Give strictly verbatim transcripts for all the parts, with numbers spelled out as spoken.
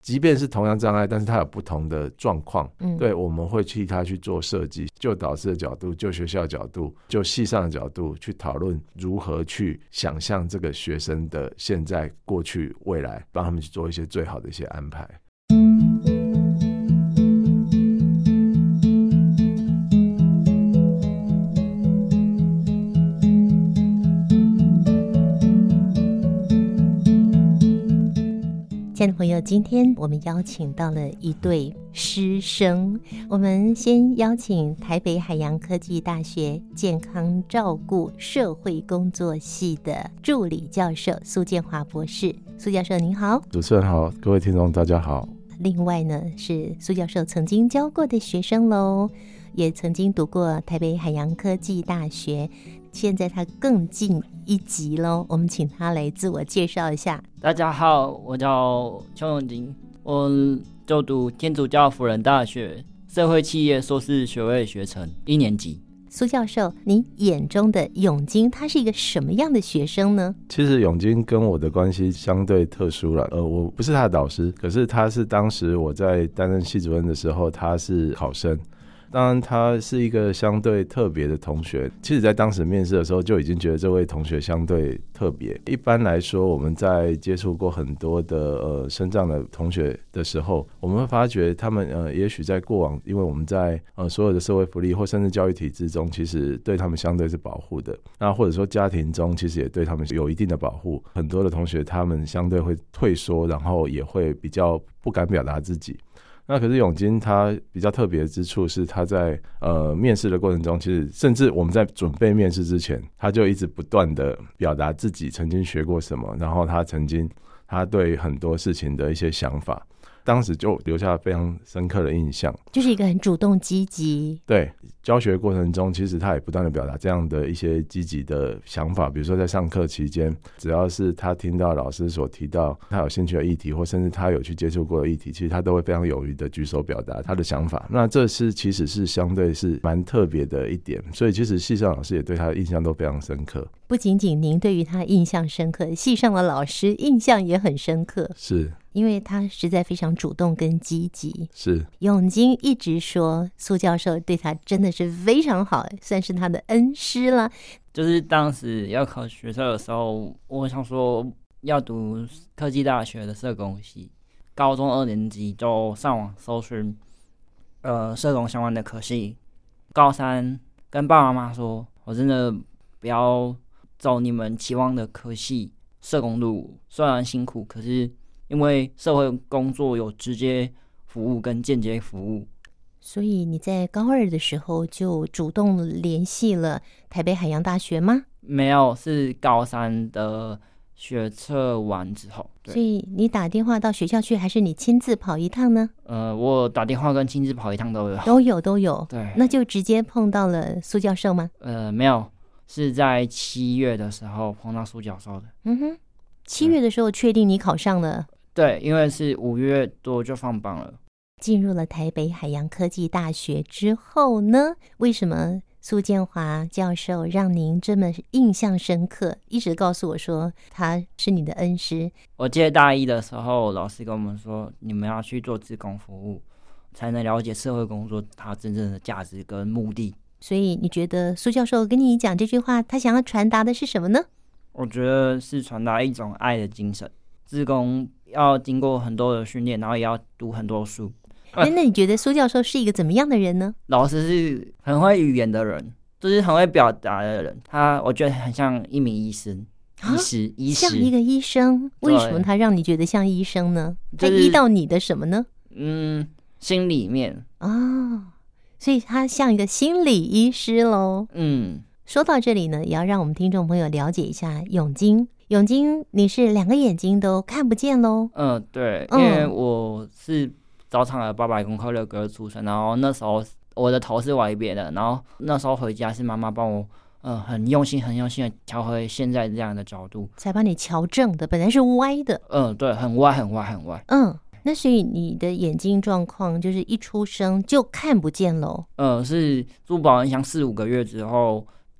即便是同样障碍，但是它有不同的状况， 嗯， 对，我们会替他去做设计，就导师的角度，就学校的角度，就系上的角度去讨论如何去想象这个学生的现在、过去、未来，帮他们去做一些最好的一些安排。 亲爱的朋友，今天我们邀请到了一对师生，我们先邀请台北海洋科技大学健康照顾社会工作系的助理教授苏建华博士。苏教授您好。 主持人好，各位听众大家好。 另外呢，是苏教授曾经教过的学生咯，也曾经读过台北海洋科技大学，现在他更进一级咯，我们请他来自我介绍一下。 大家好，我叫邱永金，我就读天主教辅仁大学社会企业硕士学位学程一年级。 苏教授，你眼中的永金他是一个什么样的学生呢？ 其实永金跟我的关系相对特殊了，呃，我不是他的导师，可是他是当时我在担任系主任的时候，他是考生。当然他是一个相对特别的同学，其实在当时面试的时候就已经觉得这位同学相对特别。一般来说我们在接触过很多的呃身障的同学的时候，我们会发觉他们呃也许在过往，因为我们在呃所有的社会福利或甚至教育体制中，其实对他们相对是保护的，那或者说家庭中其实也对他们有一定的保护。很多的同学他们相对会退缩，然后也会比较不敢表达自己。那可是永金他比较特别之处是他在呃面试的过程中，其实甚至我们在准备面试之前，他就一直不断的表达自己曾经学过什么，然后他曾经他对很多事情的一些想法，当时就留下非常深刻的印象， 就是一个很主动积极。 对，教学过程中其实他也不断的表达这样的一些积极的想法，比如说在上课期间，只要是他听到老师所提到他有兴趣的议题，或甚至他有去接触过的议题，其实他都会非常勇于的举手表达他的想法。那这是其实是相对是蛮特别的一点，所以其实系上老师也对他的印象都非常深刻。 不仅仅您对于他印象深刻，系上的老师印象也很深刻， 是因为他实在非常主动跟积极。 是永金一直说苏教授对他真的是非常好，算是他的恩师了。 就是当时要考学测的时候，我想说要读科技大学的社工系，高中二年级就上网搜寻呃社工相关的科系。高三跟爸爸妈妈说，我真的不要走你们期望的科系，社工路虽然辛苦，可是因为社会工作有直接服务跟间接服务。 所以你在高二的时候就主动联系了台北海洋大学吗？ 没有，是高三的学测完之后。 所以你打电话到学校去，还是你亲自跑一趟呢？ 呃，我打电话跟亲自跑一趟都有。 都有都有。 对， 那就直接碰到了苏教授吗？ 呃，没有，是在七月的时候碰到苏教授的。 嗯哼，七月的时候确定你考上了。 对，因为是五月多就放榜了。 进入了台北海洋科技大学之后呢，为什么苏建华教授让您这么印象深刻，一直告诉我说他是你的恩师？ 我记得大一的时候，老师跟我们说，你们要去做志工服务，才能了解社会工作它真正的价值跟目的。 所以你觉得苏教授跟你讲这句话，他想要传达的是什么呢？ 我觉得是传达一种爱的精神。志工要经过很多的训练，然后也要读很多书。 那那你觉得苏教授是一个怎么样的人呢？ 老师是很会语言的人，就是很会表达的人。他我觉得很像一名医生，医师，医师像一个医生。为什么他让你觉得像医生呢？他医到你的什么呢？ 嗯，心里面哦，所以他像一个心理医师咯。 嗯， 说到这里呢，也要让我们听众朋友了解一下永金。永金，你是两个眼睛都看不见咯？ 嗯，对，因为我是早产儿八百公克六个出生，然后那时候我的头是歪边的，然后那时候回家是妈妈帮我嗯、呃，很用心很用心的调回现在这样的角度， 才把你调正的，本来是歪的。 嗯，对，很歪很歪很歪。 嗯，那所以你的眼睛状况就是一出生就看不见咯？ 嗯，是住保温箱四五个月之后，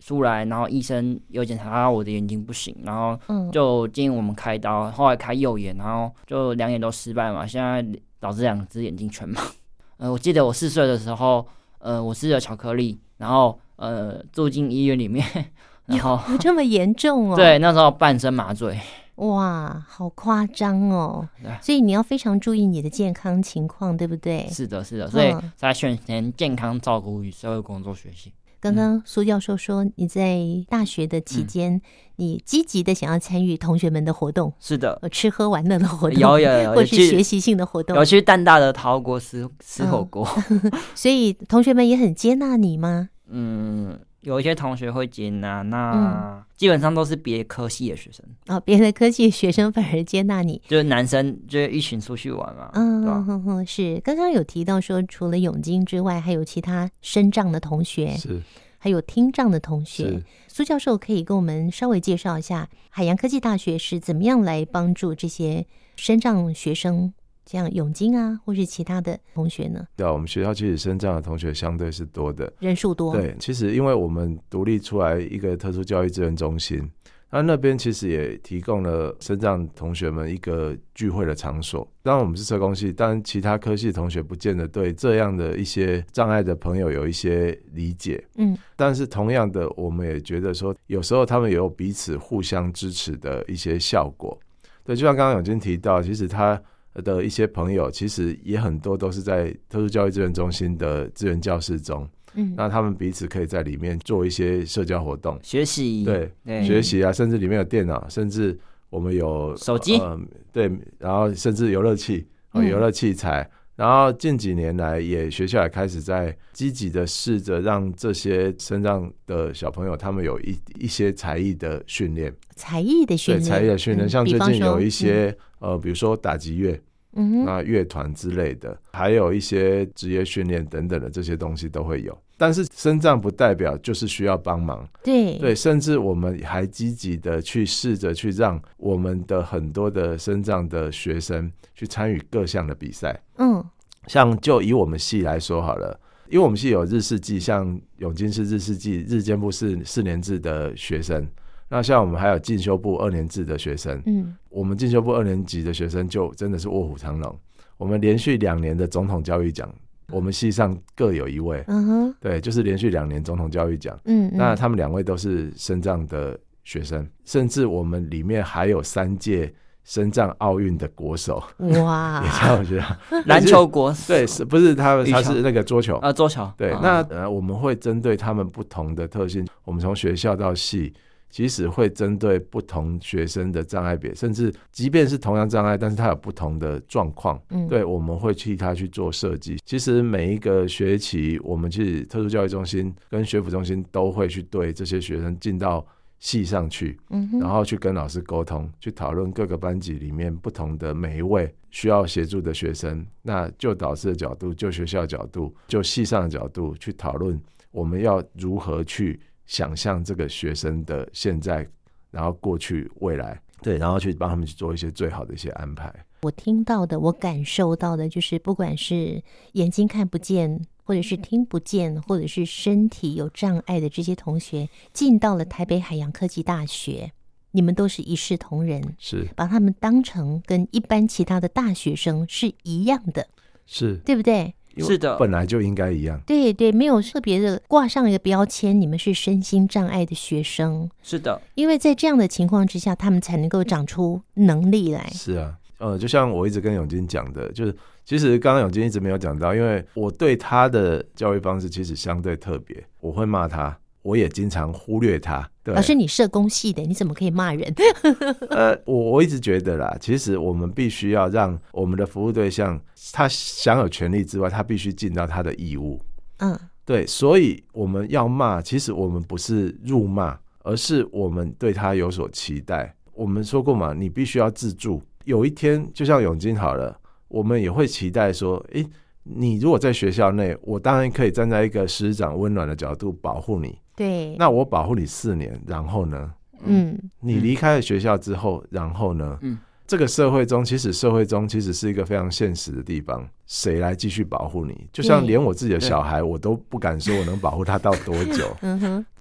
出来，然后医生有检查到我的眼睛不行，然后就建议我们开刀，后来开右眼，然后就两眼都失败嘛，现在导致两只眼睛全盲。呃，我记得我四岁的时候，呃，我吃了巧克力，然后呃住进医院里面，然后有这么严重哦？ 对，那时候半身麻醉。 哇，好夸张哦！所以你要非常注意你的健康情况，对不对？ 是的，是的，所以才选填健康照顾与社会工作学系。 刚刚苏教授说你在大学的期间，嗯、你积极的想要参与同学们的活动， 是的， 吃喝玩乐的活动， 有有有， 或是学习性的活动， 有去淡大的陶锅吃吃火锅、 嗯，所以同学们也很接纳你吗？ 嗯。有一些同学会接纳，那基本上都是别科系的学生、 嗯、哦，别的科系的学生反而接纳你， 就是男生就是一群出去玩嘛。 嗯嗯嗯，是。刚刚有提到说，除了永金之外，还有其他身障的同学， 是， 还有听障的同学。苏教授可以跟我们稍微介绍一下，海洋科技大学是怎么样来帮助这些身障学生？像永金啊，或是其他的同学呢？ 对啊，我们学校其实身障的同学相对是多的， 人数多。对， 其实因为我们独立出来一个特殊教育资源中心，那那边其实也提供了身障同学们一个聚会的场所。当然我们是社工系，但其他科系的同学不见得对这样的一些障碍的朋友有一些理解。嗯，但是同样的，我们也觉得说，有时候他们也有彼此互相支持的一些效果。对，就像刚刚永金提到，其实他的一些朋友其实也很多都是在特殊教育资源中心的资源教室中，嗯，那他们彼此可以在里面做一些社交活动， 学习， 对，对，学习啊，甚至里面有电脑，甚至我们有手机、呃， 对，然后甚至游乐器、哦、游乐器材、嗯，然后近几年来也学校也开始在积极的试着让这些身障的小朋友他们有一一些才艺的训练， 才艺的训练， 对，才艺的训练、嗯，像最近有一些、嗯、呃，比如说打击乐。嗯，那乐团之类的，还有一些职业训练等等的这些东西都会有。但是身障不代表就是需要帮忙， 对对，甚至我们还积极的去试着去让我们的很多的身障的学生去参与各项的比赛。嗯，像就以我们系来说好了，因为我们系有日式季，像永金是日式季日间部是四年制的学生。那像我们还有进修部二年制的学生，嗯，我们进修部二年级的学生就真的是卧虎藏龙。我们连续两年的总统教育奖，我们系上各有一位，嗯哼，对，就是连续两年总统教育奖，嗯, 嗯，那他们两位都是身障的学生，甚至我们里面还有三届身障奥运的国手，哇，也像我觉得篮球国手， 对，是不是他们？他是那个桌球啊，桌球， 对，啊、那呃，我们会针对他们不同的特性，我们从学校到系。其实会针对不同学生的障碍别，甚至即便是同样障碍，但是他有不同的状况，嗯，对，我们会替他去做设计。其实每一个学期，我们其实特殊教育中心跟学辅中心都会去对这些学生进到系上去，嗯，然后去跟老师沟通，去讨论各个班级里面不同的每一位需要协助的学生。那就导师的角度，就学校的角度，就系上的角度去讨论，我们要如何去想象这个学生的现在，然后过去未来，对，然后去帮他们去做一些最好的一些安排。 我听到的，我感受到的就是不管是眼睛看不见，或者是听不见，或者是身体有障碍的这些同学进到了台北海洋科技大学，你们都是一视同仁， 是把他们当成跟一般其他的大学生是一样的， 是对不对？ 是的， 本来就应该一样。 对对，没有特别的挂上一个标签，你们是身心障碍的学生。 是的， 因为在这样的情况之下，他们才能够长出能力来。 是啊，呃，就像我一直跟永金讲的，就是其实刚刚永金一直没有讲到，因为我对他的教育方式其实相对特别，我会骂他，我也经常忽略他。对， 老师，你社工系的，你怎么可以骂人？ 呃，我我一直觉得啦，其实我们必须要让我们的服务对象，他享有权利之外，他必须尽到他的义务。嗯，对，所以我们要骂，其实我们不是辱骂，而是我们对他有所期待。我们说过嘛，你必须要自助。有一天，就像永金好了，我们也会期待说，诶，你如果在学校内，我当然可以站在一个师长温暖的角度保护你。 对， 那我保护你四年，然后呢？嗯，你离开了学校之后，然后呢？嗯，这个社会中，其实社会中其实是一个非常现实的地方，谁来继续保护你？就像连我自己的小孩，我都不敢说我能保护他到多久。嗯哼，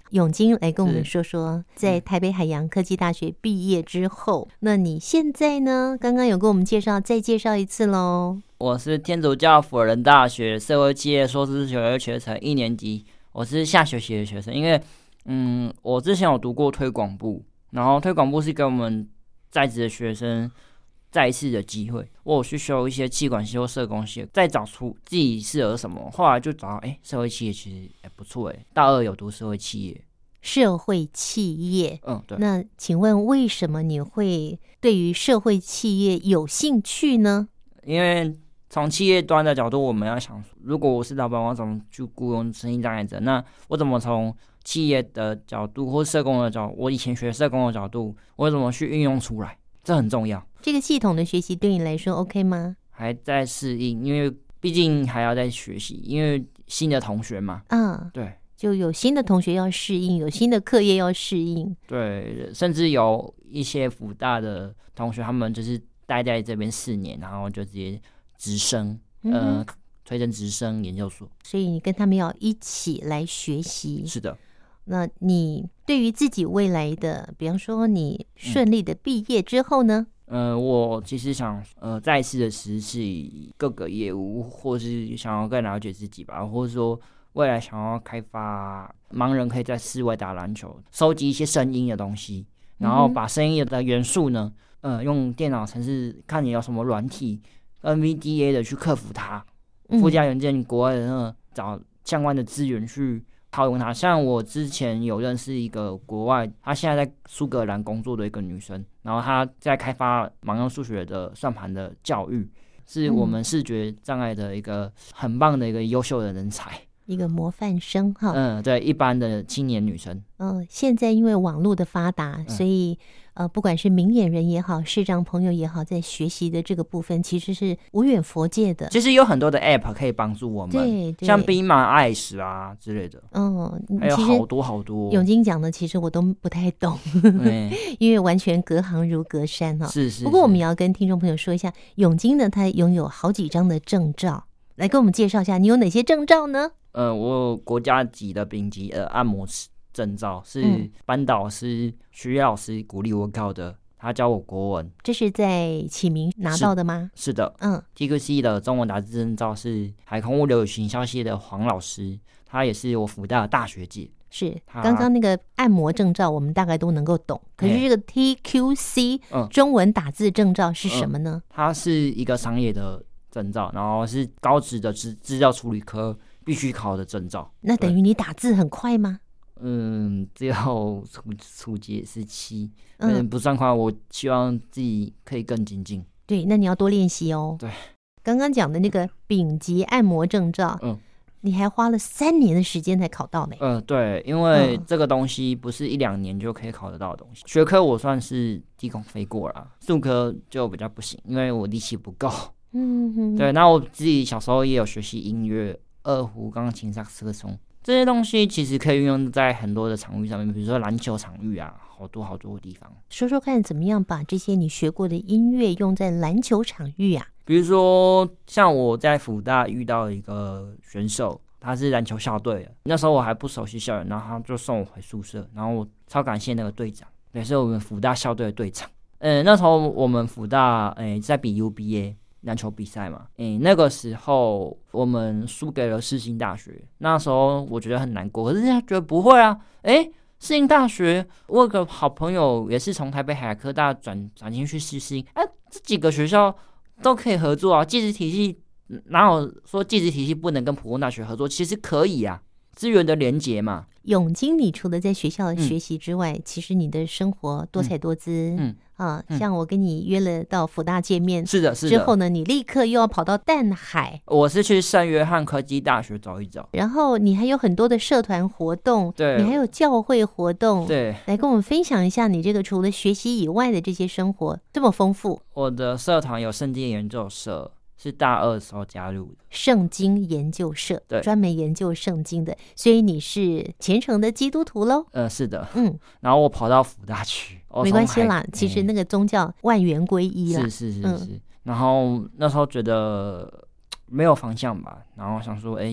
永金来跟我们说说，在台北海洋科技大学毕业之后，那你现在呢？刚刚有跟我们介绍，再介绍一次喽。 我是天主教辅仁大学社会企业硕士学学程一年级，我是下学期的学生。因为，嗯，我之前有读过推广部，然后推广部是给我们在职的学生再一次的机会，我有去修一些企管系或社工系，再找出自己适合什么。后来就找到，哎、欸，社会企业其实哎不错哎，大二有读社会企业。 社会企业， 嗯，对。 那请问为什么你会对于社会企业有兴趣呢？ 因为从企业端的角度，我们要想，如果我是老板，我怎么去雇佣身心障碍者？那我怎么从企业的角度或社工的角度，我以前学社工的角度，我怎么去运用出来？这很重要。 这个系统的学习对你来说 OK 吗？ 还在适应，因为毕竟还要再学习，因为新的同学嘛。 嗯， 对， 就有新的同学要适应，有新的课业要适应。 对，甚至有一些辅大的同学，他们就是待在这边四年，然后就直接直升，嗯、呃，推甄直升研究所。 所以你跟他们要一起来学习。 是的。 那你对于自己未来的，比方说你顺利的毕业之后呢？ 嗯、呃，我其实想呃再次的实习各个业务，或是想要更了解自己吧，或者说未来想要开发盲人可以在室外打篮球，收集一些声音的东西，然后把声音的元素呢，呃，用电脑程式看你有什么软体 N V D A 的去克服它，附加元件国外的那个找相关的资源去套用它。像我之前有认识一个国外，她现在在苏格兰工作的一个女生，然后她在开发盲人数学的算盘的教育，是我们视觉障碍的一个很棒的一个优秀的人才， 一个模范生哈。 嗯，对，一般的青年女生。 嗯，现在因为网络的发达，所以呃，不管是明眼人也好，视障朋友也好，在学习的这个部分其实是无远弗届的。 其实有很多的 App 可以帮助我们， 对，对， 像 Be My Eyes 啊之类的， 嗯， 还有好多好多。 永金讲的其实我都不太懂，因为完全隔行如隔山哈。 是 是, 是。 不过我们也要跟听众朋友说一下，永金呢，他拥有好几张的证照，来跟我们介绍一下，你有哪些证照呢？ 呃，我有国家级的丙级呃按摩证照，是班导师徐老师鼓励我考的，他教我国文。 这是在启明拿到的吗？ 是, 是的， 嗯 T Q C 的中文打字证照是海空物流与行销系的黄老师，他也是我辅大的大学姐。 是，刚刚那个按摩证照我们大概都能够懂，可是这个 T Q C、嗯、中文打字证照是什么呢？ 嗯、它是一个商业的证照，然后是高职的资资料处理科必须考的证照。 那等于你打字很快吗？ 嗯，只有初初阶是七，嗯，不算快。我希望自己可以更精进。 对，那你要多练习哦。 对， 刚刚讲的那个丙级按摩证照，嗯，你还花了三年的时间才考到呢。 嗯，对，因为这个东西不是一两年就可以考得到的东西。学科我算是低空飞过了，术科就比较不行，因为我力气不够。嗯哼，对。那我自己小时候也有学习音乐，二胡、钢琴、萨克斯风。这些东西其实可以运用在很多的场域上面，比如说篮球场域啊，好多好多的地方。 说说看，怎么样把这些你学过的音乐用在篮球场域啊？ 比如说，像我在辅大遇到一个选手，他是篮球校队的，那时候我还不熟悉校园，然后他就送我回宿舍，然后我超感谢那个队长，也是我们辅大校队的队长。嗯，那时候我们辅大诶、欸、在比 U B A。篮球比赛嘛，诶、欸，那个时候我们输给了世新大学，那时候我觉得很难过，可是他觉得不会啊，诶、欸，世新大学，我有个好朋友也是从台北海洋科大转转进去世新，啊，这几个学校都可以合作啊，技职体系哪有说技职体系不能跟普通大学合作？其实可以啊，资源的连结嘛。 永金，你除了在学校的学习之外，嗯、其实你的生活多彩多姿，嗯。啊，像我跟你约了到辅大见面， 是的，是的。 之后呢，你立刻又要跑到淡海。 我是去圣约翰科技大学走一走。 然后你还有很多的社团活动， 对， 你还有教会活动， 对， 来跟我们分享一下你这个除了学习以外的这些生活这么丰富。 我的社团有圣经研究社。是大二的时候加入的圣经研究社， 对， 专门研究圣经的，所以你是虔诚的基督徒喽？ 呃，是的，嗯。然后我跑到辅大去， 没关系啦，其实那个宗教万元归一啦， 是是是是、嗯。然后那时候觉得没有方向吧，然后想说，哎，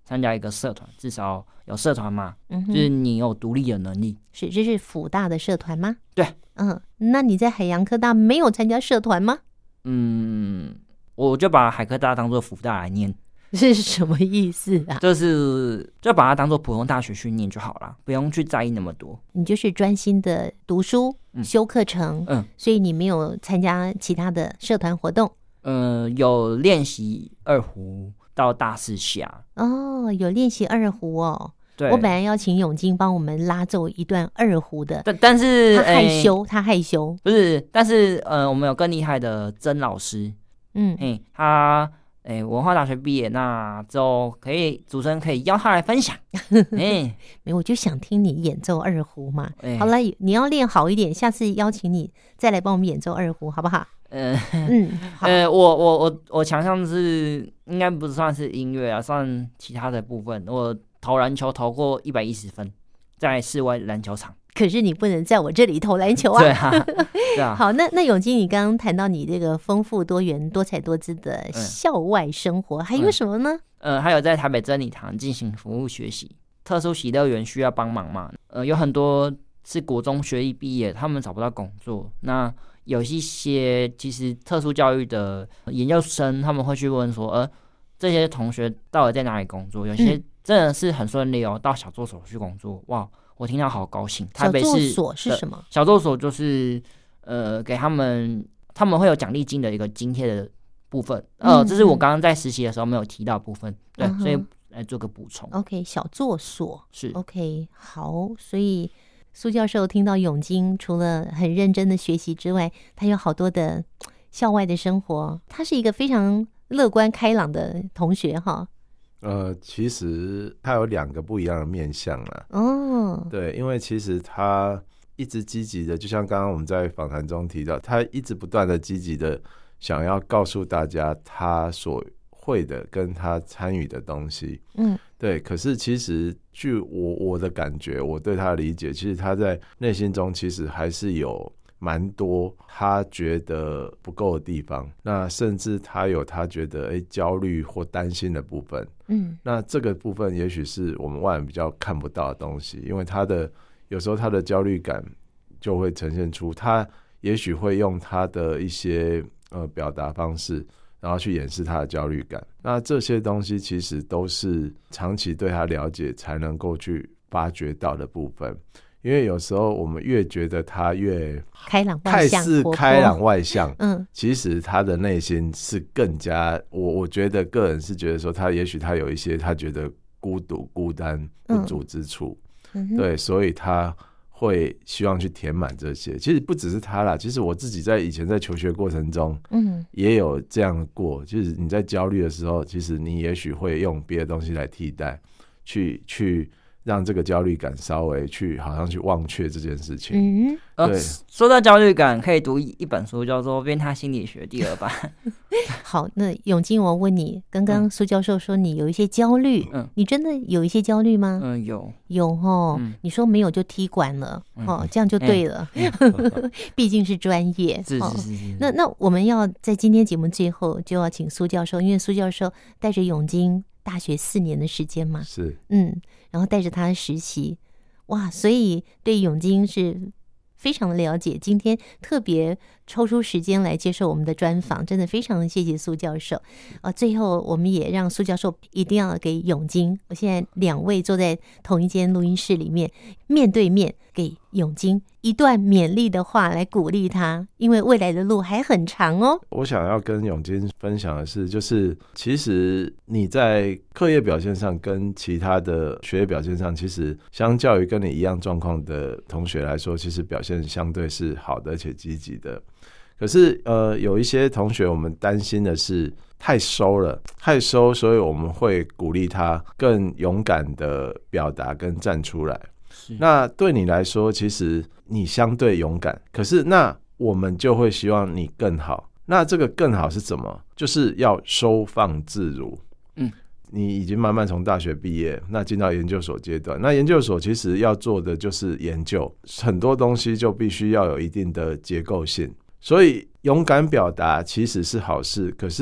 参加一个社团，至少有社团嘛， 嗯哼， 就是你有独立的能力。 是，这是辅大的社团吗？ 对， 嗯，那你在海洋科大没有参加社团吗？ 嗯，我就把海科大当做辅大来念。 是什么意思啊？ 就是就把它当做普通大学训练就好了，不用去在意那么多。 你就是专心的读书、 嗯、 修课程， 嗯， 所以你没有参加其他的社团活动。 呃，有练习二胡到大四下。 哦，有练习二胡哦。 对， 我本来要请永金帮我们拉奏一段二胡的， 但但是他害羞， 欸、 他害羞。 不是，但是呃，我们有更厉害的曾老师， 嗯， 欸、他。哎、欸，文化大学毕业，那之后可以主持人可以邀他来分享。哎、欸， 没，我就想听你演奏二胡嘛。 欸、 好了，你要练好一点，下次邀请你再来帮我们演奏二胡，好不好？ 呃嗯，好呃，我我我我强项是应该不算是音乐啊，算其他的部分。我投篮球投过一百一十分，在室外篮球场。 可是你不能在我这里投篮球啊！ 对啊，对啊。 好，那那永金，你刚刚谈到你这个丰富多元、多彩多姿的校外生活，嗯、还有什么呢？ 呃，还有在台北真理堂进行服务学习，特殊喜乐园需要帮忙嘛？呃，有很多是国中学历毕业，他们找不到工作。那有一些其实特殊教育的研究生，他们会去问说，呃，这些同学到底在哪里工作？有些真的是很顺利哦，到小作所去工作，哇！我听到好高兴。台北市小作所是什么？ 小作所就是呃，给他们他们会有奖励金的一个津贴的部分。呃，嗯、这是我刚刚在实习的时候没有提到的部分，对，嗯、所以来做个补充。 OK， 小作所是 OK， 好，所以苏教授听到永金除了很认真的学习之外，他有好多的校外的生活，他是一个非常乐观开朗的同学哈。 呃，其实他有两个不一样的面向啦。 哦， 对，因为其实他一直积极的，就像刚刚我们在访谈中提到，他一直不断的积极的想要告诉大家他所会的跟他参与的东西。 嗯， 对。可是其实据我我的感觉，我对他的理解，其实他在内心中其实还是有蛮多他觉得不够的地方，那甚至他有他觉得诶焦虑或担心的部分。 嗯， 那这个部分也许是我们外人比较看不到的东西，因为他的有时候他的焦虑感就会呈现出，他也许会用他的一些呃表达方式，然后去掩饰他的焦虑感。那这些东西其实都是长期对他了解才能够去发掘到的部分。因为有时候我们越觉得他越开朗外向， 看似开朗外向， 嗯， 其实他的内心是更加，我我觉得个人是觉得说，他也许他有一些他觉得孤独、孤单、不足之处， 嗯、 对，所以他会希望去填满这些。其实不只是他啦，其实我自己在以前在求学过程中，嗯，也有这样过，就是你在焦虑的时候，其实你也许会用别的东西来替代，去去。让这个焦虑感稍微去好像去忘却这件事情。 嗯， 对。 呃、说到焦虑感，可以读一本书，叫做《变态心理学》第二版。 好，那永金，我问你，刚刚苏教授说你有一些焦虑，嗯，你真的有一些焦虑吗？ 嗯，有， 有哦、嗯。你说没有就踢馆了，嗯、哦，这样就对了，毕、嗯、竟是专业。 是是是是。 那那我们要在今天节目最后就要请苏教授，因为苏教授带着永金大学四年的时间嘛， 是， 嗯。然后带着他实习，哇！所以对永金是非常的了解。今天特别抽出时间来接受我们的专访，真的非常谢谢苏教授。呃，最后我们也让苏教授一定要给永金，我现在两位坐在同一间录音室里面，面对面给永金一段勉励的话来鼓励他，因为未来的路还很长哦。 我想要跟永金分享的是，就是其实你在课业表现上跟其他的学业表现上，其实相较于跟你一样状况的同学来说，其实表现相对是好的而且积极的。可是呃，有一些同学我们担心的是太收了，太收，所以我们会鼓励他更勇敢的表达跟站出来。那对你来说，其实你相对勇敢，可是那我们就会希望你更好。那这个更好是怎么？就是要收放自如。嗯，你已经慢慢从大学毕业，那进到研究所阶段。那研究所其实要做的就是研究，很多东西就必须要有一定的结构性。所以勇敢表达其实是好事，可是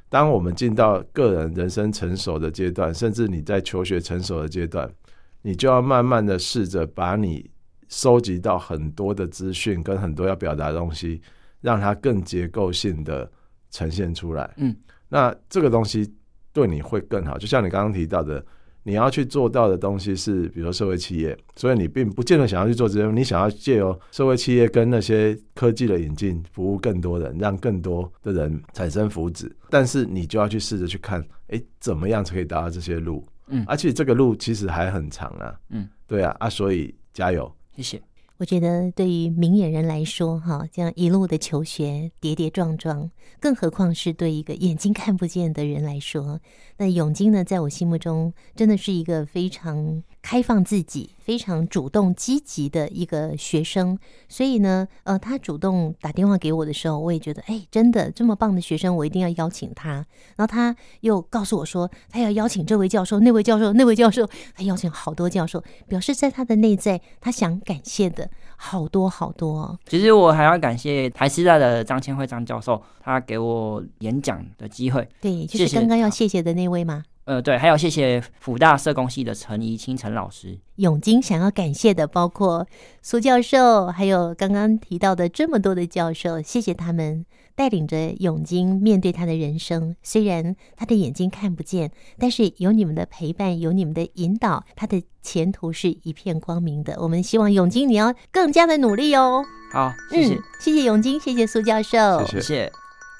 当我们进到个人人生成熟的阶段，甚至你在求学成熟的阶段，你就要慢慢的试着把你收集到很多的资讯跟很多要表达的东西，让它更结构性的呈现出来。 嗯， 那这个东西对你会更好。就像你刚刚提到的，你要去做到的东西是比如说社会企业，所以你并不见得想要去做这些，你想要借由社会企业跟那些科技的引进，服务更多人，让更多的人产生福祉，但是你就要去试着去看，哎，怎么样才可以达到这些路。嗯，而且这个路其实还很长啊。嗯，对啊，啊，所以加油， 谢谢。 我觉得对于明眼人来说，哈，这样一路的求学跌跌撞撞，更何况是对一个眼睛看不见的人来说，那永金呢，在我心目中真的是一个非常开放自己、非常主动积极的一个学生。所以呢，呃，他主动打电话给我的时候，我也觉得，哎，真的这么棒的学生，我一定要邀请他。然后他又告诉我说，他要邀请这位教授、那位教授、那位教授，他邀请好多教授，表示在他的内在，他想感谢的好多好多哦。 其实我还要感谢台师大的张千惠张教授，他给我演讲的机会。 对，就是刚刚要谢谢的那位吗？ 呃，对，还有谢谢辅大社工系的陈怡清陈老师。 永金想要感谢的包括苏教授，还有刚刚提到的这么多的教授，谢谢他们带领着永金面对他的人生。虽然他的眼睛看不见，但是有你们的陪伴，有你们的引导，他的前途是一片光明的。我们希望永金你要更加的努力哦。 好，谢谢、 嗯、谢谢永金，谢谢苏教授， 谢谢。 谢谢。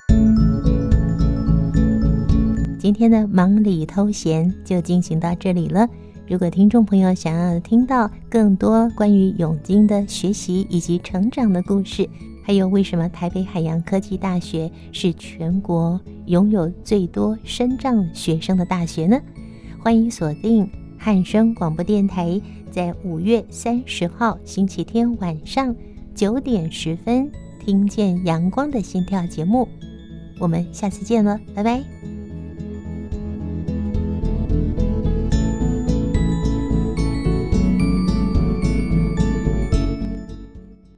今天的忙里偷闲就进行到这里了。如果听众朋友想要听到更多关于永金的学习以及成长的故事，还有为什么台北海洋科技大学是全国拥有最多身障学生的大学呢？欢迎锁定汉声广播电台，在五月三十号星期天晚上九点十分听见阳光的心跳节目。我们下次见了，拜拜。